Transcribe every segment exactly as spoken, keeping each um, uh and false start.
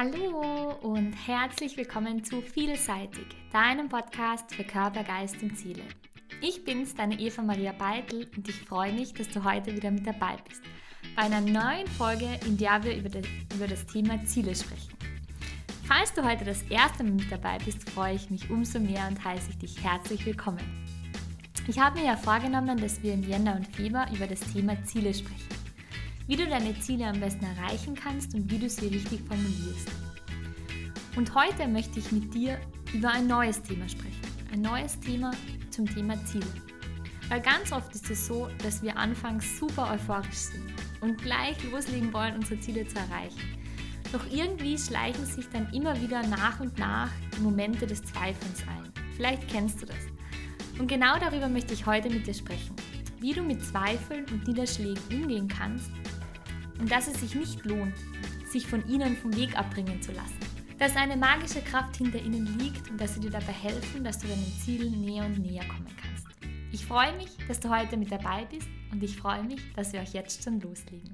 Hallo und herzlich willkommen zu Vielseitig, deinem Podcast für Körper, Geist und Ziele. Ich bin's, deine Eva Maria Beitel, und ich freue mich, dass du heute wieder mit dabei bist, bei einer neuen Folge, in der wir über das, über das Thema Ziele sprechen. Falls du heute das erste Mal mit dabei bist, freue ich mich umso mehr und heiße dich herzlich willkommen. Ich habe mir ja vorgenommen, dass wir im Jänner und Februar über das Thema Ziele sprechen. Wie du deine Ziele am besten erreichen kannst und wie du sie richtig formulierst. Und heute möchte ich mit dir über ein neues Thema sprechen. Ein neues Thema zum Thema Ziele. Weil ganz oft ist es so, dass wir anfangs super euphorisch sind und gleich loslegen wollen, unsere Ziele zu erreichen. Doch irgendwie schleichen sich dann immer wieder nach und nach die Momente des Zweifelns ein. Vielleicht kennst du das. Und genau darüber möchte ich heute mit dir sprechen. Wie du mit Zweifeln und Niederschlägen umgehen kannst und dass es sich nicht lohnt, sich von ihnen vom Weg abbringen zu lassen. Dass eine magische Kraft hinter ihnen liegt und dass sie dir dabei helfen, dass du deinen Zielen näher und näher kommen kannst. Ich freue mich, dass du heute mit dabei bist und ich freue mich, dass wir auch jetzt schon loslegen.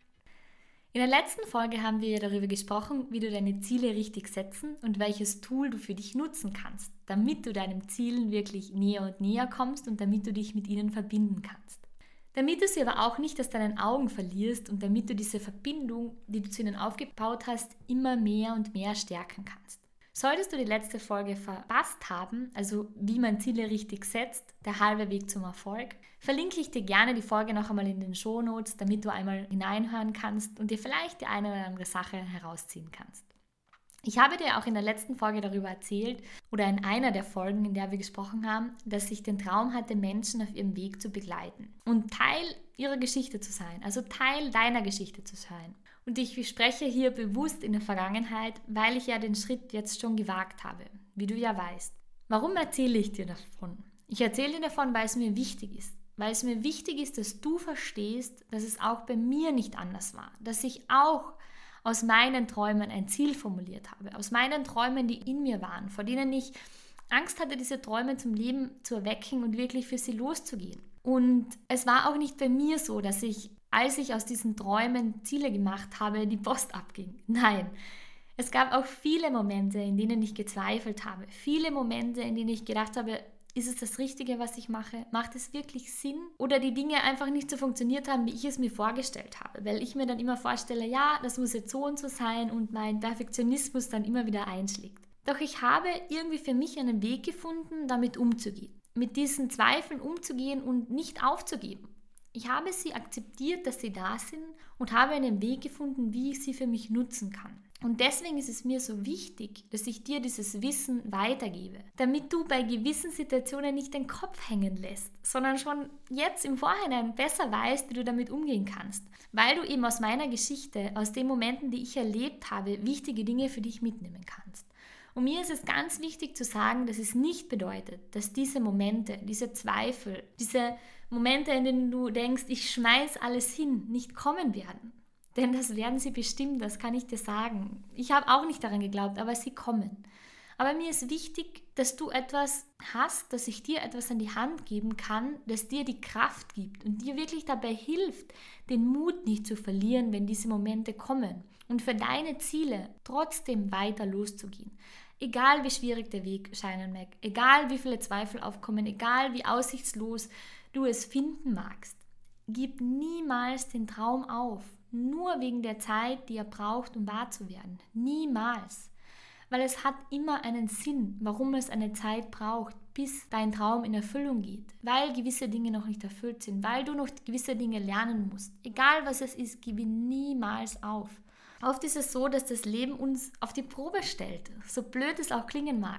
In der letzten Folge haben wir darüber gesprochen, wie du deine Ziele richtig setzen und welches Tool du für dich nutzen kannst, damit du deinen Zielen wirklich näher und näher kommst und damit du dich mit ihnen verbinden kannst. Damit du sie aber auch nicht aus deinen Augen verlierst und damit du diese Verbindung, die du zu ihnen aufgebaut hast, immer mehr und mehr stärken kannst. Solltest du die letzte Folge verpasst haben, also wie man Ziele richtig setzt, der halbe Weg zum Erfolg, verlinke ich dir gerne die Folge noch einmal in den Shownotes, damit du einmal hineinhören kannst und dir vielleicht die eine oder andere Sache herausziehen kannst. Ich habe dir auch in der letzten Folge darüber erzählt, oder in einer der Folgen, in der wir gesprochen haben, dass ich den Traum hatte, Menschen auf ihrem Weg zu begleiten und Teil ihrer Geschichte zu sein, also Teil deiner Geschichte zu sein. Und ich spreche hier bewusst in der Vergangenheit, weil ich ja den Schritt jetzt schon gewagt habe, wie du ja weißt. Warum erzähle ich dir davon? Ich erzähle dir davon, weil es mir wichtig ist. Weil es mir wichtig ist, dass du verstehst, dass es auch bei mir nicht anders war. Dass ich auch aus meinen Träumen ein Ziel formuliert habe. Aus meinen Träumen, die in mir waren, vor denen ich Angst hatte, diese Träume zum Leben zu erwecken und wirklich für sie loszugehen. Und es war auch nicht bei mir so, dass ich, als ich aus diesen Träumen Ziele gemacht habe, die Post abging. Nein, es gab auch viele Momente, in denen ich gezweifelt habe. Viele Momente, in denen ich gedacht habe, ist es das Richtige, was ich mache? Macht es wirklich Sinn? Oder die Dinge einfach nicht so funktioniert haben, wie ich es mir vorgestellt habe. Weil ich mir dann immer vorstelle, ja, das muss jetzt so und so sein und mein Perfektionismus dann immer wieder einschlägt. Doch ich habe irgendwie für mich einen Weg gefunden, damit umzugehen. Mit diesen Zweifeln umzugehen und nicht aufzugeben. Ich habe sie akzeptiert, dass sie da sind und habe einen Weg gefunden, wie ich sie für mich nutzen kann. Und deswegen ist es mir so wichtig, dass ich dir dieses Wissen weitergebe, damit du bei gewissen Situationen nicht den Kopf hängen lässt, sondern schon jetzt im Vorhinein besser weißt, wie du damit umgehen kannst, weil du eben aus meiner Geschichte, aus den Momenten, die ich erlebt habe, wichtige Dinge für dich mitnehmen kannst. Und mir ist es ganz wichtig zu sagen, dass es nicht bedeutet, dass diese Momente, diese Zweifel, diese Momente, in denen du denkst, ich schmeiß alles hin, nicht kommen werden. Denn das werden sie bestimmt, das kann ich dir sagen. Ich habe auch nicht daran geglaubt, aber sie kommen. Aber mir ist wichtig, dass du etwas hast, dass ich dir etwas an die Hand geben kann, das dir die Kraft gibt und dir wirklich dabei hilft, den Mut nicht zu verlieren, wenn diese Momente kommen. Und für deine Ziele trotzdem weiter loszugehen. Egal wie schwierig der Weg scheinen mag, egal wie viele Zweifel aufkommen, egal wie aussichtslos du es finden magst. Gib niemals den Traum auf. Nur wegen der Zeit, die er braucht, um wahr zu werden. Niemals. Weil es hat immer einen Sinn, warum es eine Zeit braucht, bis dein Traum in Erfüllung geht. Weil gewisse Dinge noch nicht erfüllt sind, weil du noch gewisse Dinge lernen musst. Egal was es ist, gib ihn niemals auf. Oft ist es so, dass das Leben uns auf die Probe stellt, so blöd es auch klingen mag.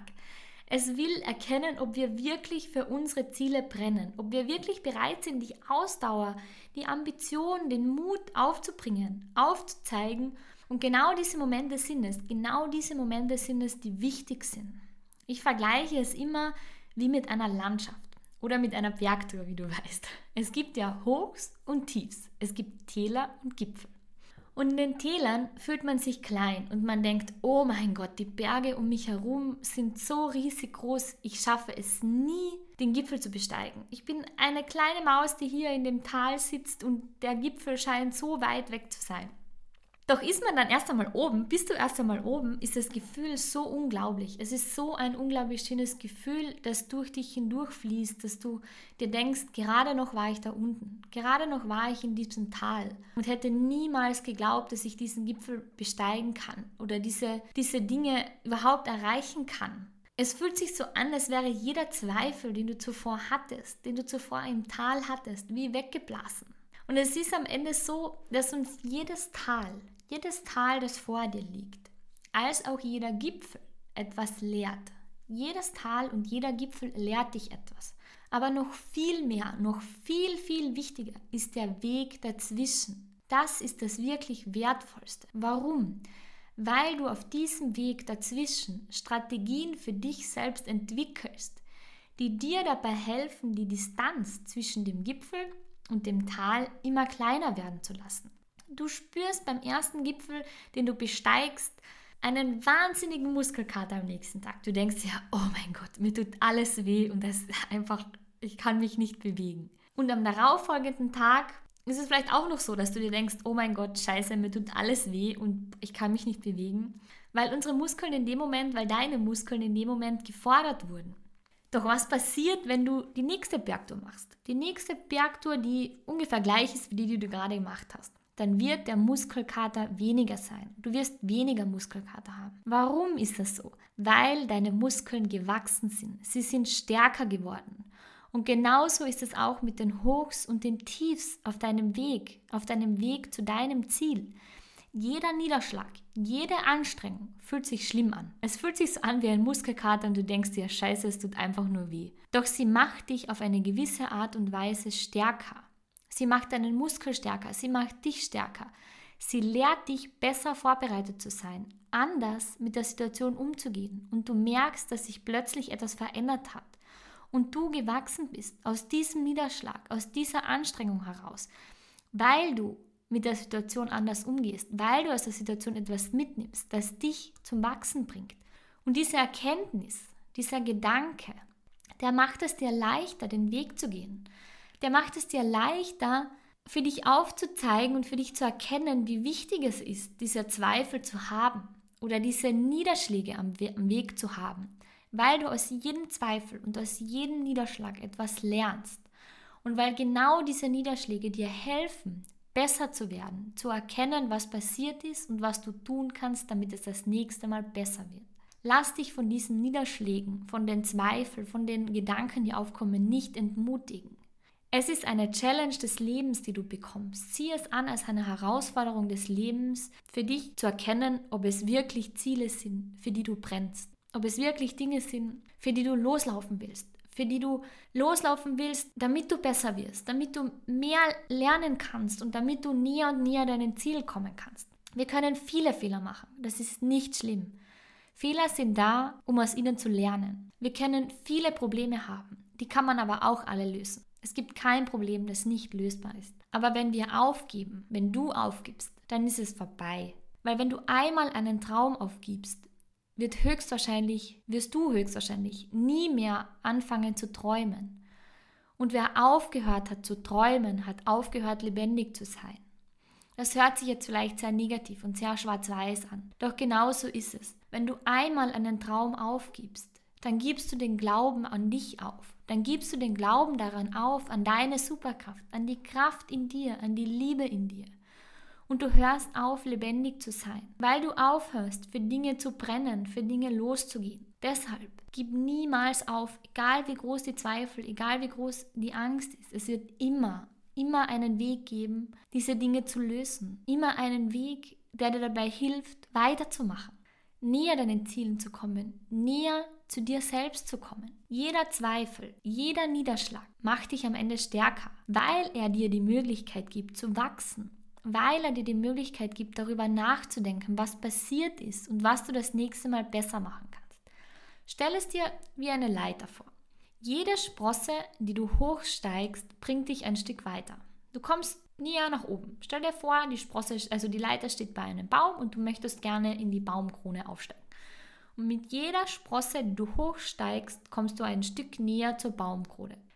Es will erkennen, ob wir wirklich für unsere Ziele brennen, ob wir wirklich bereit sind, die Ausdauer, die Ambition, den Mut aufzubringen, aufzuzeigen. Und genau diese Momente sind es, genau diese Momente sind es, die wichtig sind. Ich vergleiche es immer wie mit einer Landschaft oder mit einer Bergtour, wie du weißt. Es gibt ja Hochs und Tiefs, es gibt Täler und Gipfel. Und in den Tälern fühlt man sich klein und man denkt, oh mein Gott, die Berge um mich herum sind so riesig groß, ich schaffe es nie, den Gipfel zu besteigen. Ich bin eine kleine Maus, die hier in dem Tal sitzt und der Gipfel scheint so weit weg zu sein. Doch ist man dann erst einmal oben, bist du erst einmal oben, ist das Gefühl so unglaublich. Es ist so ein unglaublich schönes Gefühl, das durch dich hindurchfließt, dass du dir denkst, gerade noch war ich da unten, gerade noch war ich in diesem Tal und hätte niemals geglaubt, dass ich diesen Gipfel besteigen kann oder diese, diese Dinge überhaupt erreichen kann. Es fühlt sich so an, als wäre jeder Zweifel, den du zuvor hattest, den du zuvor im Tal hattest, wie weggeblasen. Und es ist am Ende so, dass uns jedes Tal, jedes Tal, das vor dir liegt, als auch jeder Gipfel etwas lehrt. Jedes Tal und jeder Gipfel lehrt dich etwas. Aber noch viel mehr, noch viel, viel wichtiger ist der Weg dazwischen. Das ist das wirklich Wertvollste. Warum? Weil du auf diesem Weg dazwischen Strategien für dich selbst entwickelst, die dir dabei helfen, die Distanz zwischen dem Gipfel und dem Tal immer kleiner werden zu lassen. Du spürst beim ersten Gipfel, den du besteigst, einen wahnsinnigen Muskelkater am nächsten Tag. Du denkst ja, oh mein Gott, mir tut alles weh und das einfach, ich kann mich nicht bewegen. Und am darauffolgenden Tag ist es vielleicht auch noch so, dass du dir denkst, oh mein Gott, scheiße, mir tut alles weh und ich kann mich nicht bewegen, weil unsere Muskeln in dem Moment, weil deine Muskeln in dem Moment gefordert wurden. Doch was passiert, wenn du die nächste Bergtour machst? Die nächste Bergtour, die ungefähr gleich ist wie die, die du gerade gemacht hast. Dann wird der Muskelkater weniger sein. Du wirst weniger Muskelkater haben. Warum ist das so? Weil deine Muskeln gewachsen sind. Sie sind stärker geworden. Und genauso ist es auch mit den Hochs und den Tiefs auf deinem Weg, auf deinem Weg zu deinem Ziel. Jeder Niederschlag, jede Anstrengung fühlt sich schlimm an. Es fühlt sich so an wie ein Muskelkater und du denkst dir, scheiße, es tut einfach nur weh. Doch sie macht dich auf eine gewisse Art und Weise stärker. Sie macht deinen Muskel stärker, sie macht dich stärker. Sie lehrt dich, besser vorbereitet zu sein, anders mit der Situation umzugehen. Und du merkst, dass sich plötzlich etwas verändert hat. Und du gewachsen bist aus diesem Niederschlag, aus dieser Anstrengung heraus, weil du mit der Situation anders umgehst, weil du aus der Situation etwas mitnimmst, das dich zum Wachsen bringt. Und diese Erkenntnis, dieser Gedanke, der macht es dir leichter, den Weg zu gehen. Der macht es dir leichter, für dich aufzuzeigen und für dich zu erkennen, wie wichtig es ist, diese Zweifel zu haben oder diese Niederschläge am Weg zu haben, weil du aus jedem Zweifel und aus jedem Niederschlag etwas lernst und weil genau diese Niederschläge dir helfen, besser zu werden, zu erkennen, was passiert ist und was du tun kannst, damit es das nächste Mal besser wird. Lass dich von diesen Niederschlägen, von den Zweifeln, von den Gedanken, die aufkommen, nicht entmutigen. Es ist eine Challenge des Lebens, die du bekommst. Sieh es an als eine Herausforderung des Lebens, für dich zu erkennen, ob es wirklich Ziele sind, für die du brennst. Ob es wirklich Dinge sind, für die du loslaufen willst. Für die du loslaufen willst, damit du besser wirst, damit du mehr lernen kannst und damit du näher und näher deinem Ziel kommen kannst. Wir können viele Fehler machen. Das ist nicht schlimm. Fehler sind da, um aus ihnen zu lernen. Wir können viele Probleme haben. Die kann man aber auch alle lösen. Es gibt kein Problem, das nicht lösbar ist. Aber wenn wir aufgeben, wenn du aufgibst, dann ist es vorbei. Weil wenn du einmal einen Traum aufgibst, wird höchstwahrscheinlich, wirst du höchstwahrscheinlich nie mehr anfangen zu träumen. Und wer aufgehört hat zu träumen, hat aufgehört, lebendig zu sein. Das hört sich jetzt vielleicht sehr negativ und sehr schwarz-weiß an. Doch genauso ist es. Wenn du einmal einen Traum aufgibst, dann gibst du den Glauben an dich auf. Dann gibst du den Glauben daran auf, an deine Superkraft, an die Kraft in dir, an die Liebe in dir. Und du hörst auf, lebendig zu sein, weil du aufhörst, für Dinge zu brennen, für Dinge loszugehen. Deshalb gib niemals auf, egal wie groß die Zweifel, egal wie groß die Angst ist. Es wird immer, immer einen Weg geben, diese Dinge zu lösen. Immer einen Weg, der dir dabei hilft, weiterzumachen, näher deinen Zielen zu kommen, näher zu dir selbst zu kommen. Jeder Zweifel, jeder Niederschlag macht dich am Ende stärker, weil er dir die Möglichkeit gibt, zu wachsen. Weil er dir die Möglichkeit gibt, darüber nachzudenken, was passiert ist und was du das nächste Mal besser machen kannst. Stell es dir wie eine Leiter vor. Jede Sprosse, die du hochsteigst, bringt dich ein Stück weiter. Du kommst näher nach oben. Stell dir vor, die Sprosse, also die Leiter steht bei einem Baum und du möchtest gerne in die Baumkrone aufsteigen. Und mit jeder Sprosse, die du hochsteigst, kommst du ein Stück näher zur Baumkrone.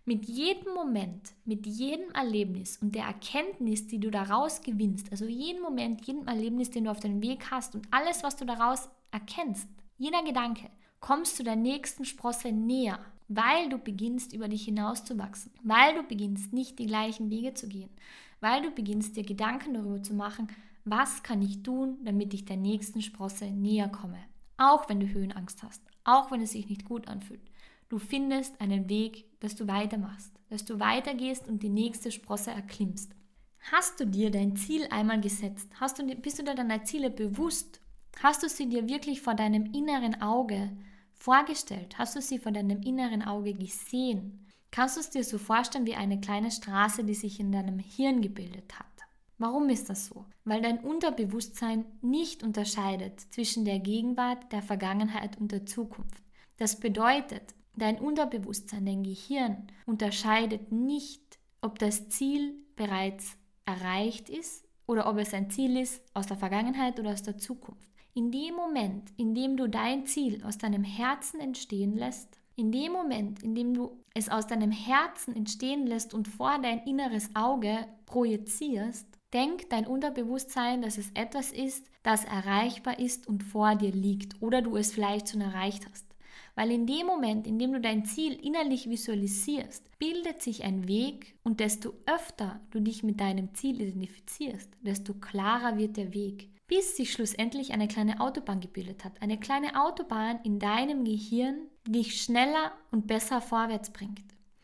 Mit jedem Moment, mit jedem Erlebnis und der Erkenntnis, die du daraus gewinnst, also jeden Moment, jedem Erlebnis, den du auf deinem Weg hast und alles, was du daraus erkennst, jeder Gedanke, kommst du der nächsten Sprosse näher, weil du beginnst, über dich hinauszuwachsen, weil du beginnst, nicht die gleichen Wege zu gehen, weil du beginnst, dir Gedanken darüber zu machen, was kann ich tun, damit ich der nächsten Sprosse näher komme, auch wenn du Höhenangst hast, auch wenn es sich nicht gut anfühlt. Du findest einen Weg, dass du weitermachst, dass du weitergehst und die nächste Sprosse erklimmst. Hast du dir dein Ziel einmal gesetzt? Hast du, bist du dir deiner Ziele bewusst? Hast du sie dir wirklich vor deinem inneren Auge vorgestellt? Hast du sie vor deinem inneren Auge gesehen? Kannst du es dir so vorstellen wie eine kleine Straße, die sich in deinem Hirn gebildet hat? Warum ist das so? Weil dein Unterbewusstsein nicht unterscheidet zwischen der Gegenwart, der Vergangenheit und der Zukunft. Das bedeutet, dein Unterbewusstsein, dein Gehirn unterscheidet nicht, ob das Ziel bereits erreicht ist oder ob es ein Ziel ist aus der Vergangenheit oder aus der Zukunft. In dem Moment, in dem du dein Ziel aus deinem Herzen entstehen lässt, in dem Moment, in dem du es aus deinem Herzen entstehen lässt und vor dein inneres Auge projizierst, denkt dein Unterbewusstsein, dass es etwas ist, das erreichbar ist und vor dir liegt oder du es vielleicht schon erreicht hast. Weil in dem Moment, in dem du dein Ziel innerlich visualisierst, bildet sich ein Weg und desto öfter du dich mit deinem Ziel identifizierst, desto klarer wird der Weg, bis sich schlussendlich eine kleine Autobahn gebildet hat. Eine kleine Autobahn in deinem Gehirn, die dich schneller und besser vorwärts bringt.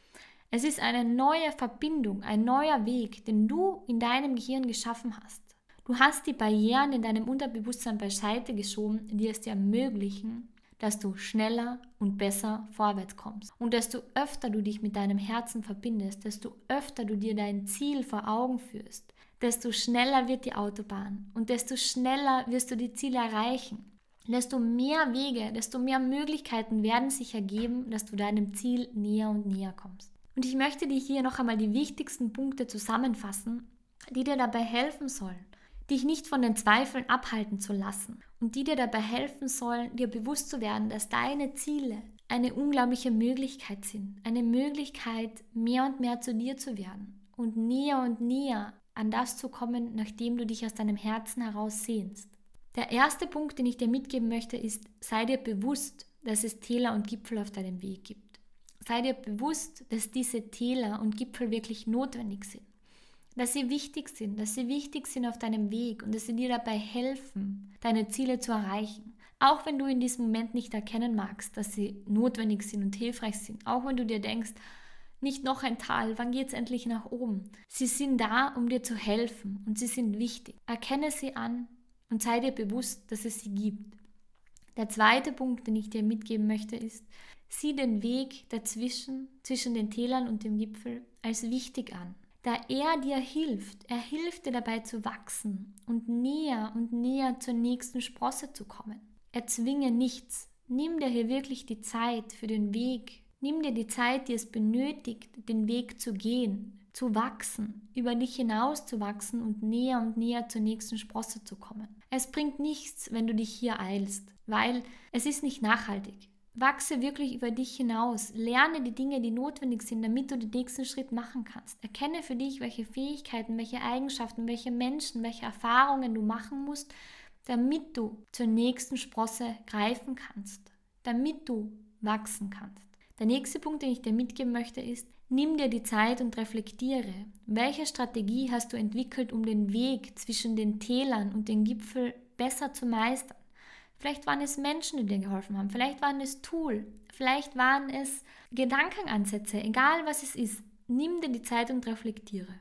Es ist eine neue Verbindung, ein neuer Weg, den du in deinem Gehirn geschaffen hast. Du hast die Barrieren in deinem Unterbewusstsein beiseite geschoben, die es dir ermöglichen, dass du schneller und besser vorwärts kommst. Und desto öfter du dich mit deinem Herzen verbindest, desto öfter du dir dein Ziel vor Augen führst, desto schneller wird die Autobahn und desto schneller wirst du die Ziele erreichen. Desto mehr Wege, desto mehr Möglichkeiten werden sich ergeben, dass du deinem Ziel näher und näher kommst. Und ich möchte dir hier noch einmal die wichtigsten Punkte zusammenfassen, die dir dabei helfen sollen, dich nicht von den Zweifeln abhalten zu lassen und die dir dabei helfen sollen, dir bewusst zu werden, dass deine Ziele eine unglaubliche Möglichkeit sind. Eine Möglichkeit, mehr und mehr zu dir zu werden und näher und näher an das zu kommen, nachdem du dich aus deinem Herzen heraus sehnst. Der erste Punkt, den ich dir mitgeben möchte, ist, sei dir bewusst, dass es Täler und Gipfel auf deinem Weg gibt. Sei dir bewusst, dass diese Täler und Gipfel wirklich notwendig sind. Dass sie wichtig sind, dass sie wichtig sind auf deinem Weg und dass sie dir dabei helfen, deine Ziele zu erreichen. Auch wenn du in diesem Moment nicht erkennen magst, dass sie notwendig sind und hilfreich sind. Auch wenn du dir denkst, nicht noch ein Tal, wann geht es endlich nach oben? Sie sind da, um dir zu helfen und sie sind wichtig. Erkenne sie an und sei dir bewusst, dass es sie gibt. Der zweite Punkt, den ich dir mitgeben möchte, ist, sieh den Weg dazwischen, zwischen den Tälern und dem Gipfel, als wichtig an. Da er dir hilft, er hilft dir dabei zu wachsen und näher und näher zur nächsten Sprosse zu kommen. Erzwinge nichts. Nimm dir hier wirklich die Zeit für den Weg. Nimm dir die Zeit, die es benötigt, den Weg zu gehen, zu wachsen, über dich hinaus zu wachsen und näher und näher zur nächsten Sprosse zu kommen. Es bringt nichts, wenn du dich hier eilst, weil es ist nicht nachhaltig. Wachse wirklich über dich hinaus. Lerne die Dinge, die notwendig sind, damit du den nächsten Schritt machen kannst. Erkenne für dich, welche Fähigkeiten, welche Eigenschaften, welche Menschen, welche Erfahrungen du machen musst, damit du zur nächsten Sprosse greifen kannst, damit du wachsen kannst. Der nächste Punkt, den ich dir mitgeben möchte, ist, nimm dir die Zeit und reflektiere. Welche Strategie hast du entwickelt, um den Weg zwischen den Tälern und den Gipfel besser zu meistern? Vielleicht waren es Menschen, die dir geholfen haben. Vielleicht waren es Tool. Vielleicht waren es Gedankenansätze. Egal was es ist, nimm dir die Zeit und reflektiere.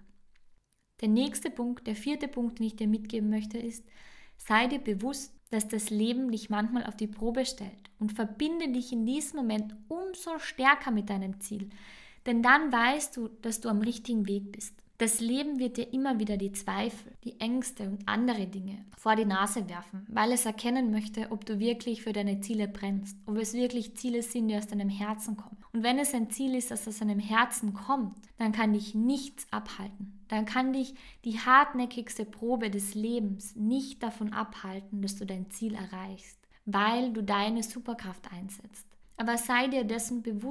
Der nächste Punkt, der vierte Punkt, den ich dir mitgeben möchte, ist, sei dir bewusst, dass das Leben dich manchmal auf die Probe stellt und verbinde dich in diesem Moment umso stärker mit deinem Ziel. Denn dann weißt du, dass du am richtigen Weg bist. Das Leben wird dir immer wieder die Zweifel, die Ängste und andere Dinge vor die Nase werfen, weil es erkennen möchte, ob du wirklich für deine Ziele brennst, ob es wirklich Ziele sind, die aus deinem Herzen kommen. Und wenn es ein Ziel ist, das aus deinem Herzen kommt, dann kann dich nichts abhalten. Dann kann dich die hartnäckigste Probe des Lebens nicht davon abhalten, dass du dein Ziel erreichst, weil du deine Superkraft einsetzt. Aber sei dir dessen bewusst,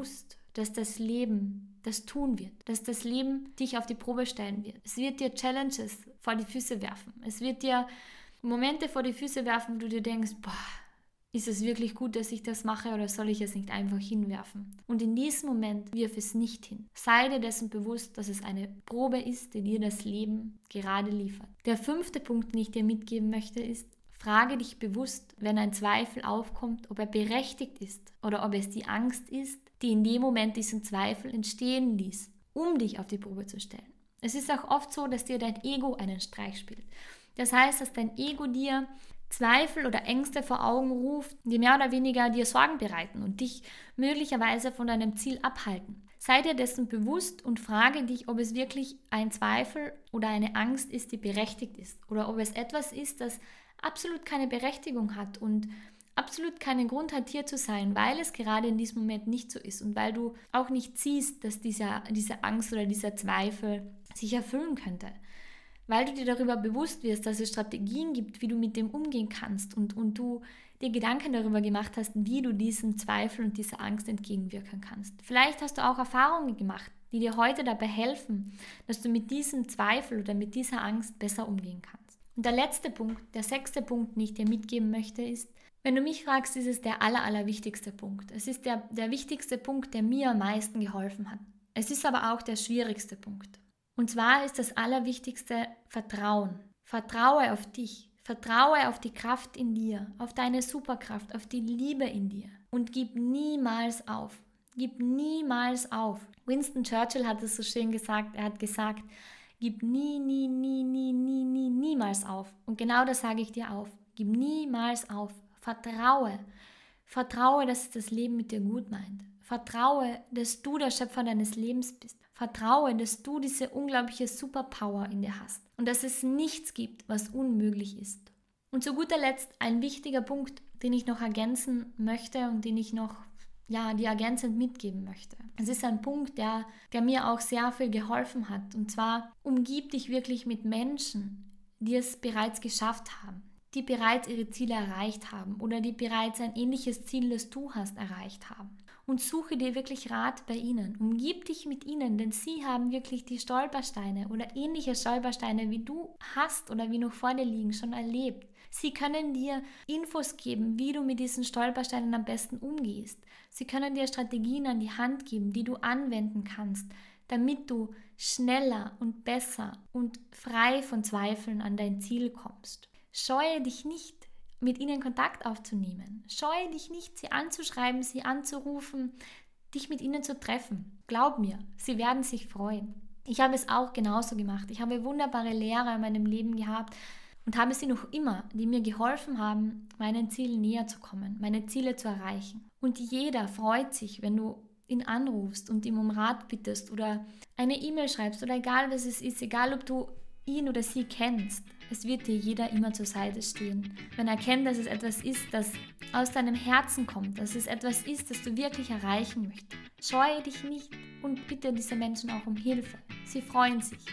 dass das Leben das tun wird, dass das Leben dich auf die Probe stellen wird. Es wird dir Challenges vor die Füße werfen. Es wird dir Momente vor die Füße werfen, wo du dir denkst, boah, ist es wirklich gut, dass ich das mache oder soll ich es nicht einfach hinwerfen? Und in diesem Moment wirf es nicht hin. Sei dir dessen bewusst, dass es eine Probe ist, die dir das Leben gerade liefert. Der fünfte Punkt, den ich dir mitgeben möchte, ist, frage dich bewusst, wenn ein Zweifel aufkommt, ob er berechtigt ist oder ob es die Angst ist, die in dem Moment diesen Zweifel entstehen ließ, um dich auf die Probe zu stellen. Es ist auch oft so, dass dir dein Ego einen Streich spielt. Das heißt, dass dein Ego dir Zweifel oder Ängste vor Augen ruft, die mehr oder weniger dir Sorgen bereiten und dich möglicherweise von deinem Ziel abhalten. Sei dir dessen bewusst und frage dich, ob es wirklich ein Zweifel oder eine Angst ist, die berechtigt ist, oder ob es etwas ist, das absolut keine Berechtigung hat und absolut keinen Grund hat, hier zu sein, weil es gerade in diesem Moment nicht so ist und weil du auch nicht siehst, dass dieser, diese Angst oder dieser Zweifel sich erfüllen könnte. Weil du dir darüber bewusst wirst, dass es Strategien gibt, wie du mit dem umgehen kannst und, und du dir Gedanken darüber gemacht hast, wie du diesem Zweifel und dieser Angst entgegenwirken kannst. Vielleicht hast du auch Erfahrungen gemacht, die dir heute dabei helfen, dass du mit diesem Zweifel oder mit dieser Angst besser umgehen kannst. Und der letzte Punkt, der sechste Punkt, den ich dir mitgeben möchte, ist, wenn du mich fragst, ist es der aller, aller wichtigste Punkt. Es ist der, der wichtigste Punkt, der mir am meisten geholfen hat. Es ist aber auch der schwierigste Punkt. Und zwar ist das Allerwichtigste Vertrauen. Vertraue auf dich. Vertraue auf die Kraft in dir, auf deine Superkraft, auf die Liebe in dir. Und gib niemals auf. Gib niemals auf. Winston Churchill hat es so schön gesagt. Er hat gesagt, gib nie, nie, nie, nie, nie, nie, niemals auf. Und genau das sage ich dir auf. Gib niemals auf. Vertraue. Vertraue, dass das Leben mit dir gut meint. Vertraue, dass du der Schöpfer deines Lebens bist. Vertraue, dass du diese unglaubliche Superpower in dir hast und dass es nichts gibt, was unmöglich ist. Und zu guter Letzt ein wichtiger Punkt, den ich noch ergänzen möchte und den ich noch ja, dir ergänzend mitgeben möchte. Es ist ein Punkt, der, der mir auch sehr viel geholfen hat. Und zwar, umgib dich wirklich mit Menschen, die es bereits geschafft haben, die bereits ihre Ziele erreicht haben oder die bereits ein ähnliches Ziel, das du hast, erreicht haben. Und suche dir wirklich Rat bei ihnen. Umgib dich mit ihnen, denn sie haben wirklich die Stolpersteine oder ähnliche Stolpersteine, wie du hast oder wie noch vor dir liegen, schon erlebt. Sie können dir Infos geben, wie du mit diesen Stolpersteinen am besten umgehst. Sie können dir Strategien an die Hand geben, die du anwenden kannst, damit du schneller und besser und frei von Zweifeln an dein Ziel kommst. Scheue dich nicht, mit ihnen Kontakt aufzunehmen. Scheue dich nicht, sie anzuschreiben, sie anzurufen, dich mit ihnen zu treffen. Glaub mir, sie werden sich freuen. Ich habe es auch genauso gemacht. Ich habe wunderbare Lehrer in meinem Leben gehabt und habe sie noch immer, die mir geholfen haben, meinen Zielen näher zu kommen, meine Ziele zu erreichen. Und jeder freut sich, wenn du ihn anrufst und ihm um Rat bittest oder eine E-Mail schreibst oder egal was es ist, egal ob du ihn oder sie kennst. Es wird dir jeder immer zur Seite stehen. Wenn er erkennt, dass es etwas ist, das aus deinem Herzen kommt, dass es etwas ist, das du wirklich erreichen möchtest. Scheue dich nicht und bitte diese Menschen auch um Hilfe. Sie freuen sich.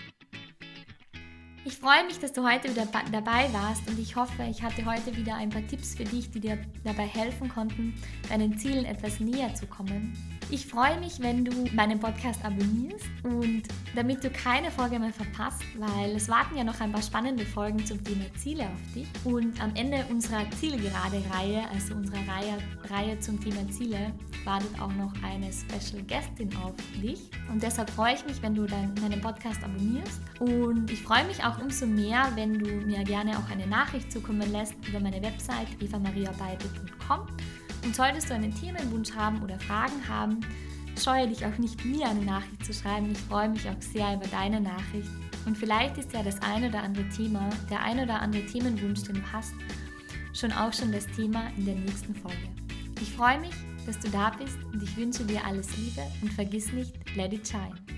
Ich freue mich, dass du heute wieder dabei warst und ich hoffe, ich hatte heute wieder ein paar Tipps für dich, die dir dabei helfen konnten, deinen Zielen etwas näher zu kommen. Ich freue mich, wenn du meinen Podcast abonnierst und damit du keine Folge mehr verpasst, weil es warten ja noch ein paar spannende Folgen zum Thema Ziele auf dich. Und am Ende unserer Zielgerade-Reihe, also unserer Reihe, Reihe zum Thema Ziele, wartet auch noch eine Special Guestin auf dich. Und deshalb freue ich mich, wenn du dein, meinen Podcast abonnierst. Und ich freue mich auch umso mehr, wenn du mir gerne auch eine Nachricht zukommen lässt über meine Website eva maria beitel punkt com. Und solltest du einen Themenwunsch haben oder Fragen haben, scheue dich auch nicht, mir eine Nachricht zu schreiben. Ich freue mich auch sehr über deine Nachricht. Und vielleicht ist ja das ein oder andere Thema, der ein oder andere Themenwunsch, den du hast, schon auch schon das Thema in der nächsten Folge. Ich freue mich, dass du da bist und ich wünsche dir alles Liebe und vergiss nicht, let it shine.